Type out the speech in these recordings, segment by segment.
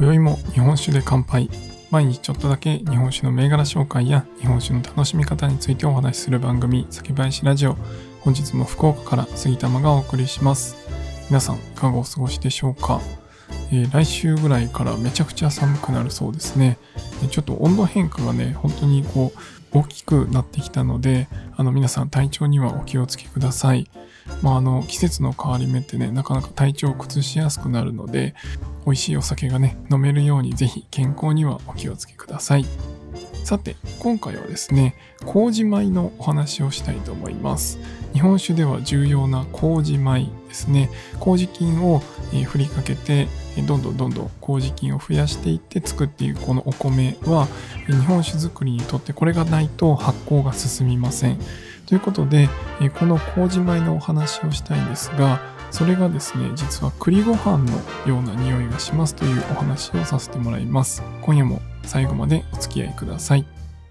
今宵も日本酒で乾杯。毎日ちょっとだけ日本酒の銘柄紹介や日本酒の楽しみ方についてお話しする番組、酒林ラジオ。本日も福岡から杉玉がお送りします。皆さんいかがお過ごしでしょうか。来週ぐらいからめちゃくちゃ寒くなるそうですね。ちょっと温度変化がね、本当に大きくなってきたので、皆さん体調にはお気をつけください。季節の変わり目ってね、なかなか体調を崩しやすくなるので、美味しいお酒がね、飲めるようにぜひ健康にはお気をつけください。さて、今回はですね、麹米のお話をしたいと思います。日本酒では重要な麹米ですね。麹菌を振りかけて、どんどん麹菌を増やしていって作っていくこのお米は、日本酒作りにとってこれがないと発酵が進みません。ということで、この麹米のお話をしたいんですが、それがですね、実は栗ご飯のような匂いがしますというお話をさせてもらいます。今夜も最後までお付き合いください。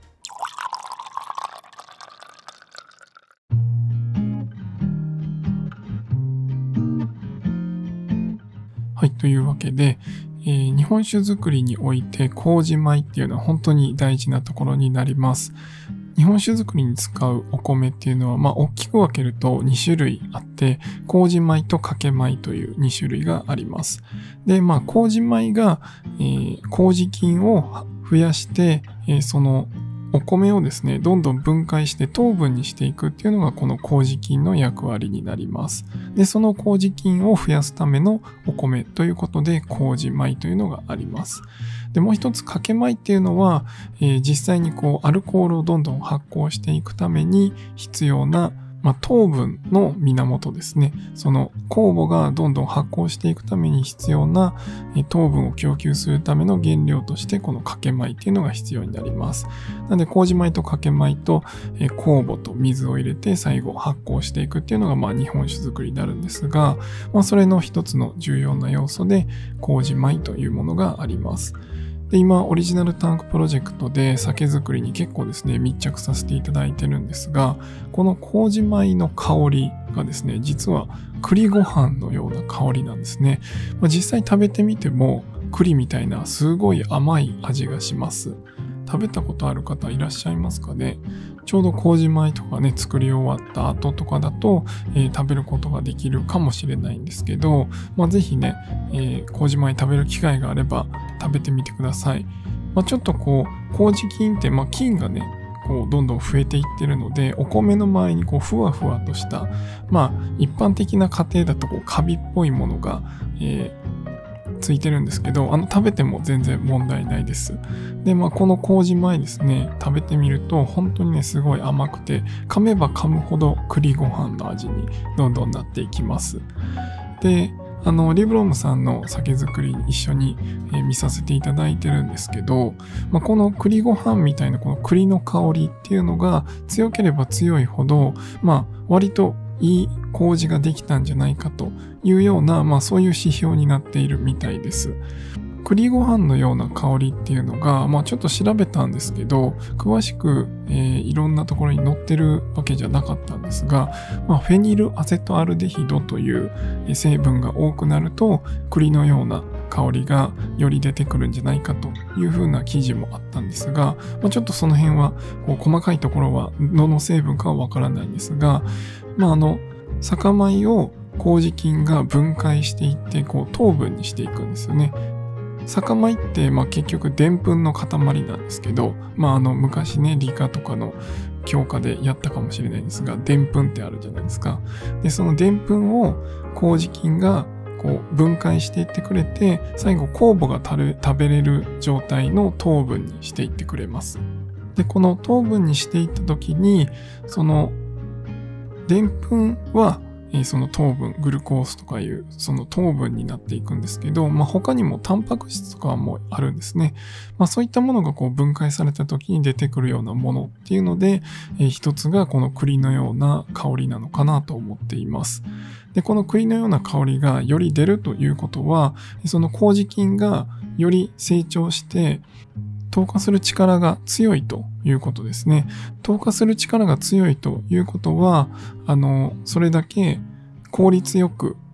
はい、というわけで、日本酒作りにおいて麹米っていうのは本当に大事なところになります。日本酒作りに使うお米っていうのは、大きく分けると2種類あって、麹米と掛米という2種類があります。で、麹米が、麹菌を増やして、そのお米をですね、どんどん分解して糖分にしていくっていうのがこの麹菌の役割になります。で、その麹菌を増やすためのお米ということで麹米というのがあります。で、もう一つ掛米っていうのは、実際にアルコールをどんどん発酵していくために必要な糖分の源ですね。その酵母がどんどん発酵していくために必要な糖分を供給するための原料としてこの掛米っていうのが必要になります。なので麹米と掛米と酵母と水を入れて最後発酵していくっていうのが日本酒作りになるんですが、それの一つの重要な要素で麹米というものがあります。で、今オリジナルタンクプロジェクトで酒造りに結構ですね密着させていただいてるんですが、この麹米の香りがですね、実は栗ご飯のような香りなんですね。実際食べてみても栗みたいなすごい甘い味がします。食べたことある方いらっしゃいますかね。ちょうど麹米とかね、作り終わった後とかだと、食べることができるかもしれないんですけど、ぜひね、麹米食べる機会があれば食べてみてください。ちょっと麹菌って菌がね、どんどん増えていってるので、お米の周りにふわふわとした、一般的な家庭だとカビっぽいものが、ついてるんですけど、食べても全然問題ないです。で、この麹米ですね、食べてみると本当にね、すごい甘くて、噛めば噛むほど栗ご飯の味にどんどんなっていきます。で、リブロムさんの酒造りに一緒に見させていただいてるんですけど、この栗ご飯みたいなこの栗の香りっていうのが強ければ強いほど、割といい麹ができたんじゃないかというような、そういう指標になっているみたいです。栗ご飯のような香りっていうのが、ちょっと調べたんですけど、詳しく、いろんなところに載ってるわけじゃなかったんですが、フェニルアセトアルデヒドという成分が多くなると、栗のような香りがより出てくるんじゃないかというふうな記事もあったんですが、ちょっとその辺は細かいところはどの成分かはわからないんですが、酒米を麹菌が分解していって糖分にしていくんですよね。酒米って結局でんぷんの塊なんですけど、昔ね、理科とかの教科でやったかもしれないんですが、でんぷんってあるじゃないですか。で、そのでんぷんを麹菌が分解していってくれて、最後酵母が食べれる状態の糖分にしていってくれます。で、この糖分にしていった時に、そのでんぷんはその糖分、グルコースとかいうその糖分になっていくんですけど、他にもタンパク質とかもあるんですね。そういったものが分解された時に出てくるようなものっていうので、一つがこの栗のような香りなのかなと思っています。で、この栗のような香りがより出るということは、その麹菌がより成長して糖化する力が強いということですね。糖化する力が強いということは、それだけ効率よく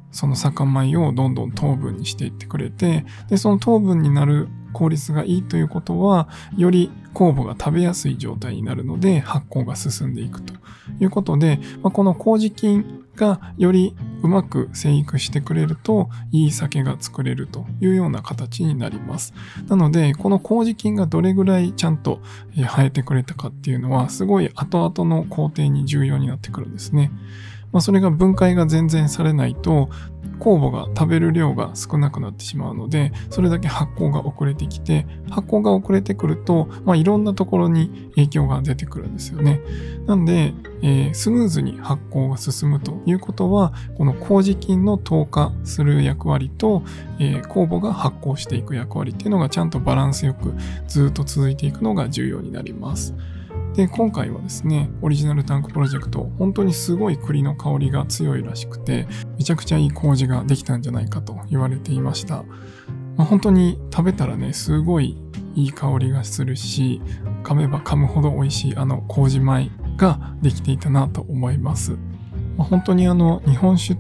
その酒米をどんどん糖分にしていってくれて、で、その糖分になる効率がいいということは、より酵母が食べやすい状態になるので、発酵が進んでいくということで、この麹菌がよりうまく生育してくれると、いい酒が作れるというような形になります。なので、この麹菌がどれぐらいちゃんと生えてくれたかっていうのは、すごい後々の工程に重要になってくるんですね。それが分解が全然されないと、酵母が食べる量が少なくなってしまうので、それだけ発酵が遅れてきて、発酵が遅れてくると、いろんなところに影響が出てくるんですよね。なんで、スムーズに発酵が進むということは、この麹菌の糖化する役割と、酵母が発酵していく役割っていうのがちゃんとバランスよくずっと続いていくのが重要になります。で、今回はですね、オリジナルタンクプロジェクト、本当にすごい栗の香りが強いらしくて、めちゃくちゃいい麹ができたんじゃないかと言われていました。本当に食べたらね、すごいいい香りがするし、噛めば噛むほど美味しい麹米ができていたなと思います。本当に日本酒って、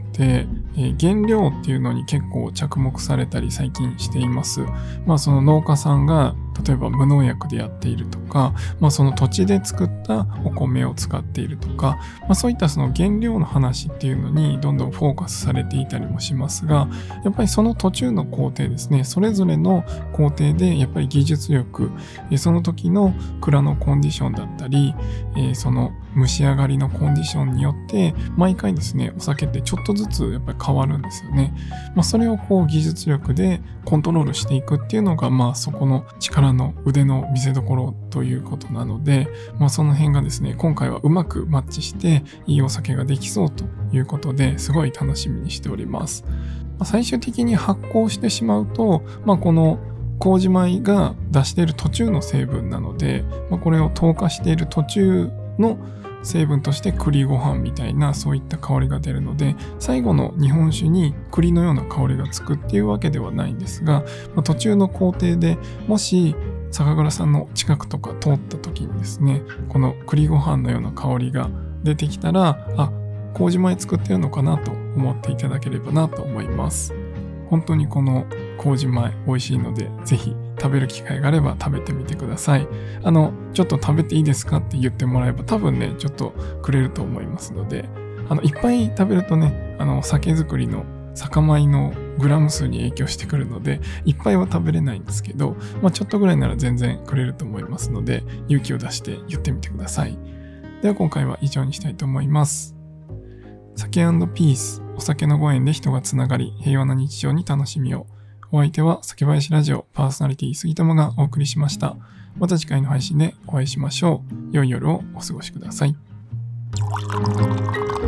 原料っていうのに結構着目されたり最近しています。その農家さんが例えば無農薬でやっているとか、その土地で作ったお米を使っているとか、そういったその原料の話っていうのにどんどんフォーカスされていたりもしますが、やっぱりその途中の工程ですね、それぞれの工程でやっぱり技術力、その時の蔵のコンディションだったり、その蒸し上がりのコンディションによって毎回ですね、お酒ってちょっとずつやっぱり変わるんですよね。それを技術力でコントロールしていくっていうのがそこの力の腕の見せ所ということなので、その辺がですね、今回はうまくマッチしていいお酒ができそうということですごい楽しみにしております。最終的に発酵してしまうと、この麹米が出している途中の成分なので、これを糖化している途中の成分として栗ご飯みたいなそういった香りが出るので、最後の日本酒に栗のような香りがつくっていうわけではないんですが、途中の工程でもし酒蔵さんの近くとか通った時にですね、この栗ご飯のような香りが出てきたら、麹米作ってるのかなと思っていただければなと思います。本当にこの麹米美味しいので、ぜひ食べる機会があれば食べてみてください。ちょっと食べていいですかって言ってもらえば多分ね、ちょっとくれると思いますので、いっぱい食べるとね、酒造りの酒米のグラム数に影響してくるので、いっぱいは食べれないんですけど、ちょっとぐらいなら全然くれると思いますので、勇気を出して言ってみてください。では今回は以上にしたいと思います。酒&ピース、お酒のご縁で人がつながり、平和な日常に楽しみを。お相手は酒林ラジオパーソナリティ杉友がお送りしました。また次回の配信でお会いしましょう。良い夜をお過ごしください。